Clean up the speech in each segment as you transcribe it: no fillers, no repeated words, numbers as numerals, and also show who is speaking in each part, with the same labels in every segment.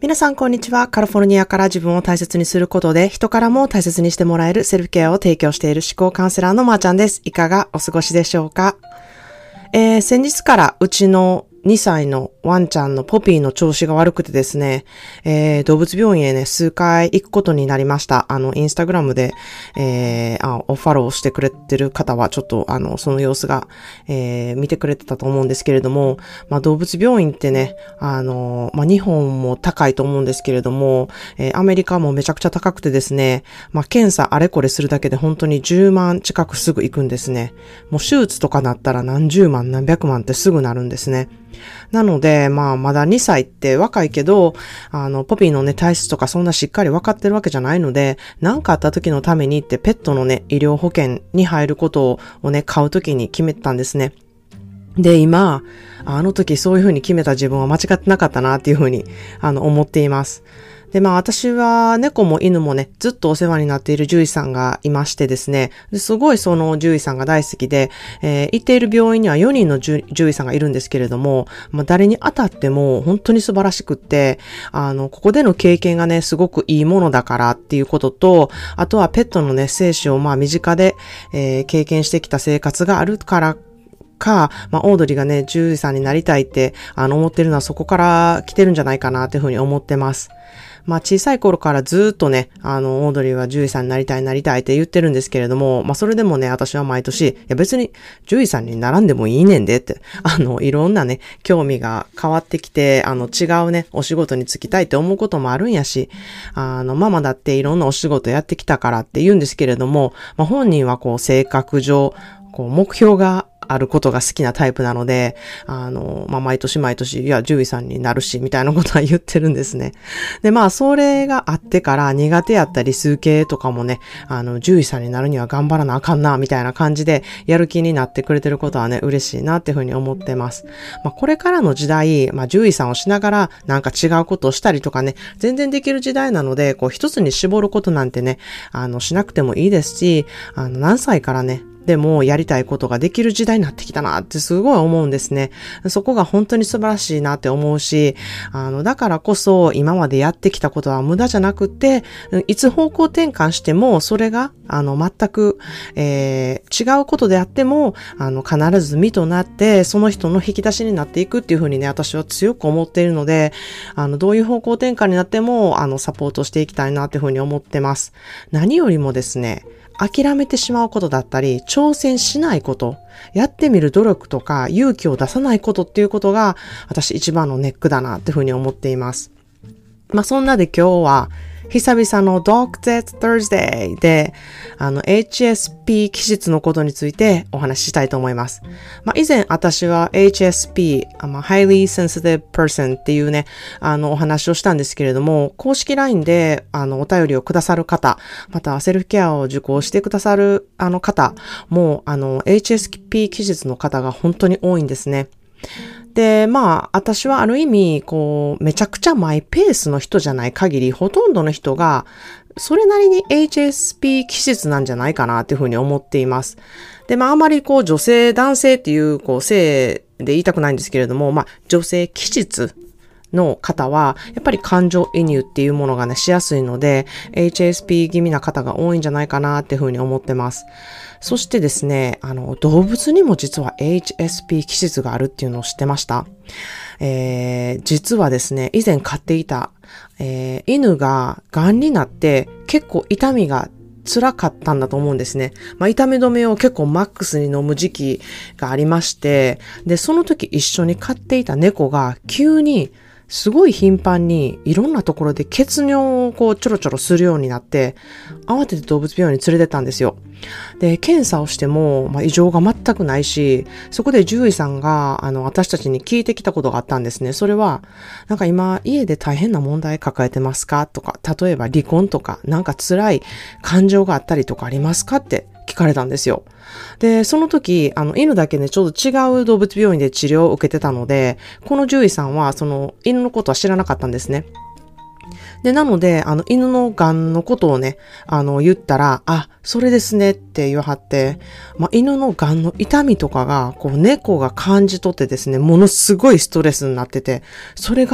Speaker 1: 皆さんこんにちは。カリフォルニアから自分を大切にすることで人からも大切にしてもらえるセルフケアを提供している思考カウンセラーのまーちゃんです。いかがお過ごしでしょうか？先日からうちの2歳のワンちゃんのポピーの調子が悪くてですね、動物病院へね、数回行くことになりました。インスタグラムで、フォローしてくれてる方はちょっと、その様子が、見てくれてたと思うんですけれども、動物病院ってね、日本も高いと思うんですけれども、アメリカもめちゃくちゃ高くてですね、検査あれこれするだけで本当に10万近くすぐ行くんですね。もう手術とかなったら何十万何百万ってすぐなるんですね。なので、まだ2歳って若いけど、ポピーのね、体質とかそんなしっかり分かってるわけじゃないので、何かあった時のためにってペットのね、医療保険に入ることをね、買う時に決めたんですね。で、今、あの時そういう風に決めた自分は間違ってなかったなっていう風に、思っています。で、私は猫も犬もね、ずっとお世話になっている獣医さんがいましてですね、すごいその獣医さんが大好きで、行っている病院には4人の獣医さんがいるんですけれども、誰に当たっても本当に素晴らしくって、ここでの経験がね、すごくいいものだからっていうことと、あとはペットのね、生死を身近で、経験してきた生活があるからか、オードリーがね、獣医さんになりたいって、思ってるのはそこから来てるんじゃないかなっていうふうに思ってます。小さい頃からずっとね、オードリーは獣医さんになりたいって言ってるんですけれども、それでもね、私は毎年、いや別に獣医さんにならんでもいいねんでって、いろんなね、興味が変わってきて、違うね、お仕事に就きたいって思うこともあるんやし、ママだっていろんなお仕事やってきたからって言うんですけれども、本人は性格上、目標があることが好きなタイプなので、毎年、いや、獣医さんになるし、みたいなことは言ってるんですね。で、それがあってから苦手やったり、数形とかもね、獣医さんになるには頑張らなあかんな、みたいな感じで、やる気になってくれてることはね、嬉しいなっていうふうに思ってます。これからの時代、獣医さんをしながら、なんか違うことをしたりとかね、全然できる時代なので、一つに絞ることなんてね、しなくてもいいですし、何歳からね、でもやりたいことができる時代になってきたなってすごい思うんですね。そこが本当に素晴らしいなって思うし、だからこそ今までやってきたことは無駄じゃなくて、いつ方向転換してもそれが全く、違うことであっても必ず実となってその人の引き出しになっていくっていうふうにね、私は強く思っているので、どういう方向転換になってもサポートしていきたいなっていうふうに思ってます。何よりもですね、諦めてしまうことだったり、挑戦しないこと、やってみる努力とか勇気を出さないことっていうことが私一番のネックだなっていうふうに思っています。そんなで今日は久々の Dog That Thursday でHSP 気質のことについてお話ししたいと思います。以前私は HSP、Highly Sensitive Person っていうね、お話をしたんですけれども、公式 LINE でお便りをくださる方、またセルフケアを受講してくださる方もHSP 気質の方が本当に多いんですね。で、私はある意味、めちゃくちゃマイペースの人じゃない限り、ほとんどの人が、それなりに HSP 気質なんじゃないかなっていうふうに思っています。で、あまり女性、男性っていう性で言いたくないんですけれども、女性気質の方は、やっぱり感情移入っていうものがね、しやすいので、HSP 気味な方が多いんじゃないかなっていうふうに思ってます。そしてですね、動物にも実は HSP 気質があるっていうのを知ってました？実はですね、以前飼っていた、犬が癌になって結構痛みが辛かったんだと思うんですね。痛み止めを結構マックスに飲む時期がありまして、で、その時一緒に飼っていた猫が急にすごい頻繁にいろんなところで血尿をちょろちょろするようになって、慌てて動物病院に連れてったんですよ。で、検査をしても、異常が全くないし、そこで獣医さんが、私たちに聞いてきたことがあったんですね。それは、なんか今、家で大変な問題抱えてますかとか、例えば離婚とか、なんか辛い感情があったりとかありますかって聞かれたんですよ。で、その時、犬だけね、ちょうど違う動物病院で治療を受けてたので、この獣医さんは、その、犬のことは知らなかったんですね。で、なので、犬の癌のことをね、言ったら、それですねって言わはって、犬の癌の痛みとかが、猫が感じ取ってですね、ものすごいストレスになってて、それが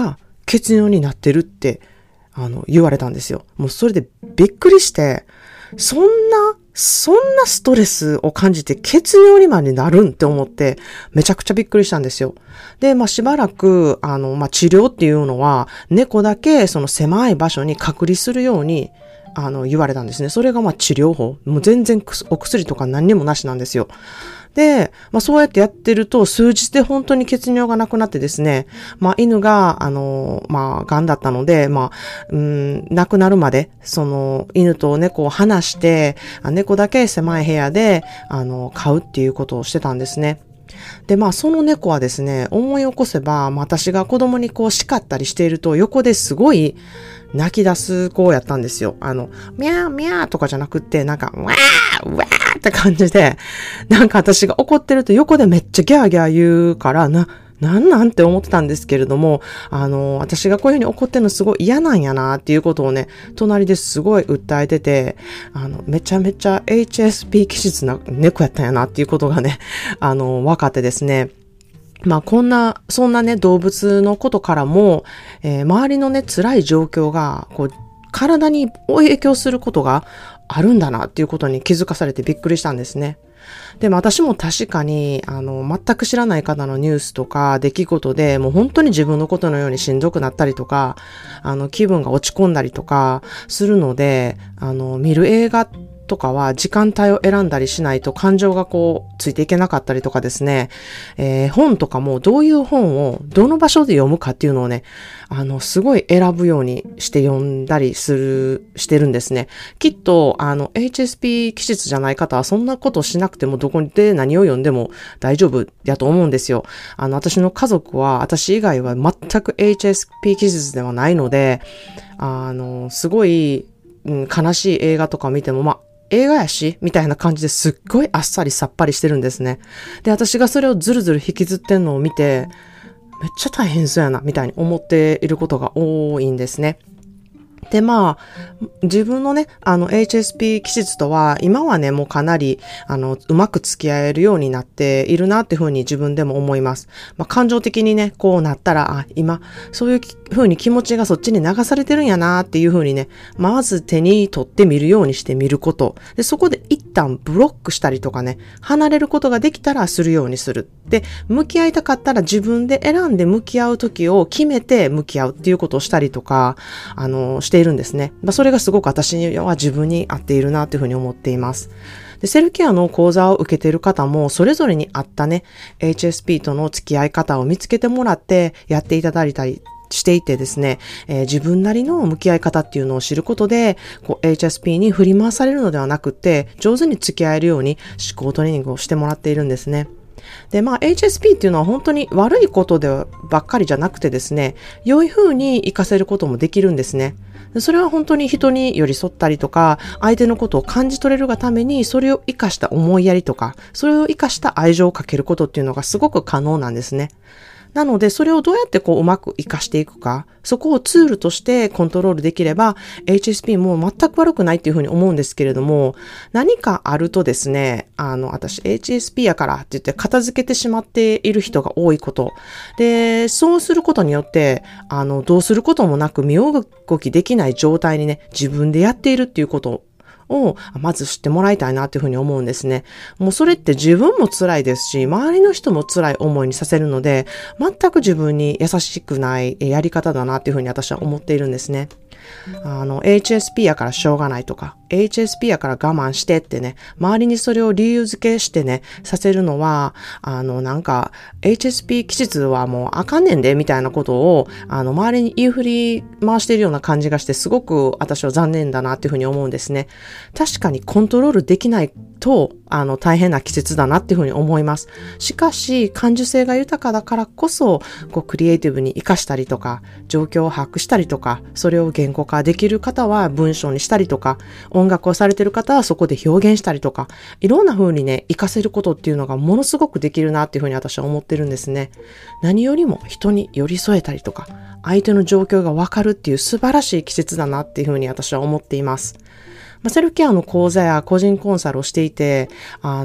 Speaker 1: 血尿になってるって、言われたんですよ。もうそれでびっくりして、そんなストレスを感じて血尿にまでなるんって思って、めちゃくちゃびっくりしたんですよ。で、しばらく、治療っていうのは、猫だけその狭い場所に隔離するように、言われたんですね。それが治療法。もう全然お薬とか何にもなしなんですよ。で、そうやってやってると、数日で本当に血尿がなくなってですね、犬が、癌だったので、亡くなるまで、犬と猫を離して、猫だけ狭い部屋で、飼うっていうことをしてたんですね。で、その猫はですね、思い起こせば、私が子供に叱ったりしていると、横ですごい泣き出す子やったんですよ。ミャーミャーとかじゃなくって、なんか、わーわーって感じで、なんか私が怒ってると横でめっちゃギャーギャー言うから、なんて思ってたんですけれども、私がこういうふうに怒ってるのすごい嫌なんやなっていうことをね、隣ですごい訴えてて、めちゃめちゃ HSP 気質な猫やったんやなっていうことがね、分かってですね、そんなね、動物のことからも、周りのね、辛い状況が、体に影響することがあるんだなっていうことに気づかされてびっくりしたんですね。でも私も確かに、全く知らない方のニュースとか出来事で、もう本当に自分のことのようにしんどくなったりとか、気分が落ち込んだりとかするので、見る映画とかは時間帯を選んだりしないと感情がついていけなかったりとかですね、本とかもどういう本をどの場所で読むかっていうのをね、すごい選ぶようにして読んだりしてるんですね。きっと、HSP 気質じゃない方はそんなことしなくてもどこで何を読んでも大丈夫やと思うんですよ。私の家族は、私以外は全く HSP 気質ではないので、すごい、悲しい映画とか見ても、映画やしみたいな感じですっごいあっさりさっぱりしてるんですね。で、私がそれをずるずる引きずってんのを見て、めっちゃ大変そうやな、みたいに思っていることが多いんですね。で、自分のね、HSP 気質とは、今はね、もうかなり、うまく付き合えるようになっているなっていうふうに自分でも思います。感情的にね、こうなったら、今、そういうふうに気持ちがそっちに流されてるんやなっていうふうにね、まず手に取ってみるようにしてみること。で、そこで一旦ブロックしたりとかね、離れることができたらするようにする。で、向き合いたかったら自分で選んで向き合う時を決めて向き合うっていうことをしたりとか、しているんですね。それがすごく私には自分に合っているなというふうに思っています。で、セルフケアの講座を受けている方も、それぞれに合ったね、HSP との付き合い方を見つけてもらってやっていただいたりしていてですね、自分なりの向き合い方っていうのを知ることで、HSP に振り回されるのではなくって、上手に付き合えるように思考トレーニングをしてもらっているんですね。で、HSP っていうのは本当に悪いことでばっかりじゃなくてですね、良い風に活かせることもできるんですね。それは本当に人に寄り添ったりとか、相手のことを感じ取れるがために、それを活かした思いやりとか、それを活かした愛情をかけることっていうのがすごく可能なんですね。なので、それをどうやってうまく活かしていくか、そこをツールとしてコントロールできれば、HSP も全く悪くないっていうふうに思うんですけれども、何かあるとですね、私 HSP やからって言って片付けてしまっている人が多いこと。で、そうすることによって、どうすることもなく身動きできない状態にね、自分でやっているっていうことをまず知ってもらいたいなというふうに思うんですね。もうそれって自分も辛いですし、周りの人も辛い思いにさせるので、全く自分に優しくないやり方だなというふうに私は思っているんですね。HSP やからしょうがないとか、HSP やから我慢してってね、周りにそれを理由付けしてね、させるのは、HSP 気質はもうあかんねんで、みたいなことを、周りに言い振り回しているような感じがして、すごく私は残念だなっていうふうに思うんですね。確かにコントロールできないと、大変な季節だなっていうふうに思います。しかし、感受性が豊かだからこそ、クリエイティブに活かしたりとか、状況を把握したりとか、それを言語化できる方は文章にしたりとか、音楽をされている方はそこで表現したりとか、いろんな風にね、活かせることっていうのがものすごくできるなっていうふうに私は思ってるんですね。何よりも人に寄り添えたりとか、相手の状況がわかるっていう素晴らしい季節だなっていうふうに私は思っています。セルフケアの講座や個人コンサルをしていて、ちゃん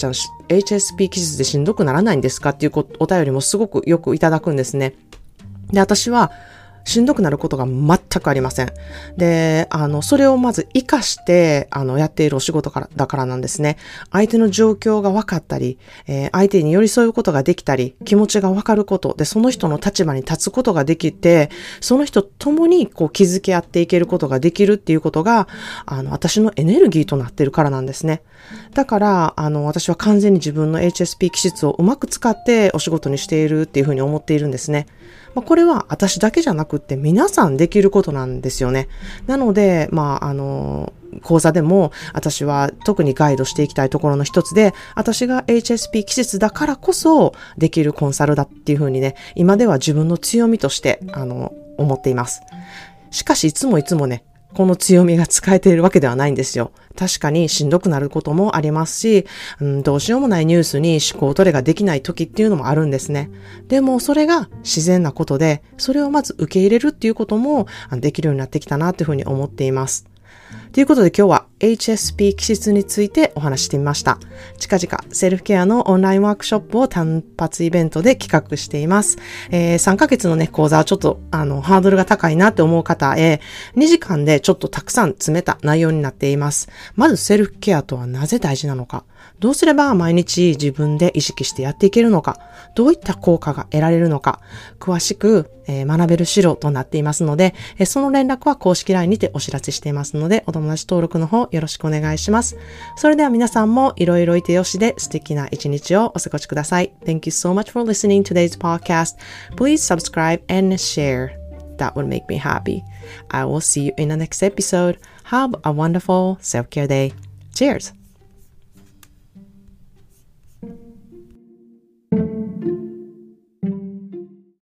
Speaker 1: HSP 気質でしんどくならないんですかっていうお便りもすごくよくいただくんですね。 で、私はしんどくなることが全くありません。で、それをまず活かして、やっているお仕事だからなんですね。相手の状況が分かったり、相手に寄り添うことができたり、気持ちが分かること、で、その人の立場に立つことができて、その人と共に築き合っていけることができるっていうことが、私のエネルギーとなっているからなんですね。だから、私は完全に自分の HSP 気質をうまく使ってお仕事にしているっていうふうに思っているんですね。これは私だけじゃなくって皆さんできることなんですよね。なので、講座でも私は特にガイドしていきたいところの一つで、私が HSP 気質だからこそできるコンサルだっていうふうにね、今では自分の強みとして、思っています。しかしいつもね、この強みが使えているわけではないんですよ。確かにしんどくなることもありますし、どうしようもないニュースに思考トレができない時っていうのもあるんですね。でもそれが自然なことで、それをまず受け入れるっていうこともできるようになってきたなというふうに思っています。ということで今日は HSP 気質についてお話してみました。近々セルフケアのオンラインワークショップを単発イベントで企画しています。3ヶ月のね、講座はちょっとハードルが高いなって思う方へ2時間でちょっとたくさん詰めた内容になっています。まずセルフケアとはなぜ大事なのか。どうすれば毎日自分で意識してやっていけるのか。どういった効果が得られるのか。詳しく学べる資料となっていますので、その連絡は公式 LINE にてお知らせしていますので、お友達登録の方よろしくお願いします。それでは皆さんもいろいろいてよしで素敵な一日をお過ごしください。Thank you so much for listening to today's podcast. Please subscribe and share. That would make me happy. I will see you in the next episode. Have a wonderful self-care day. Cheers!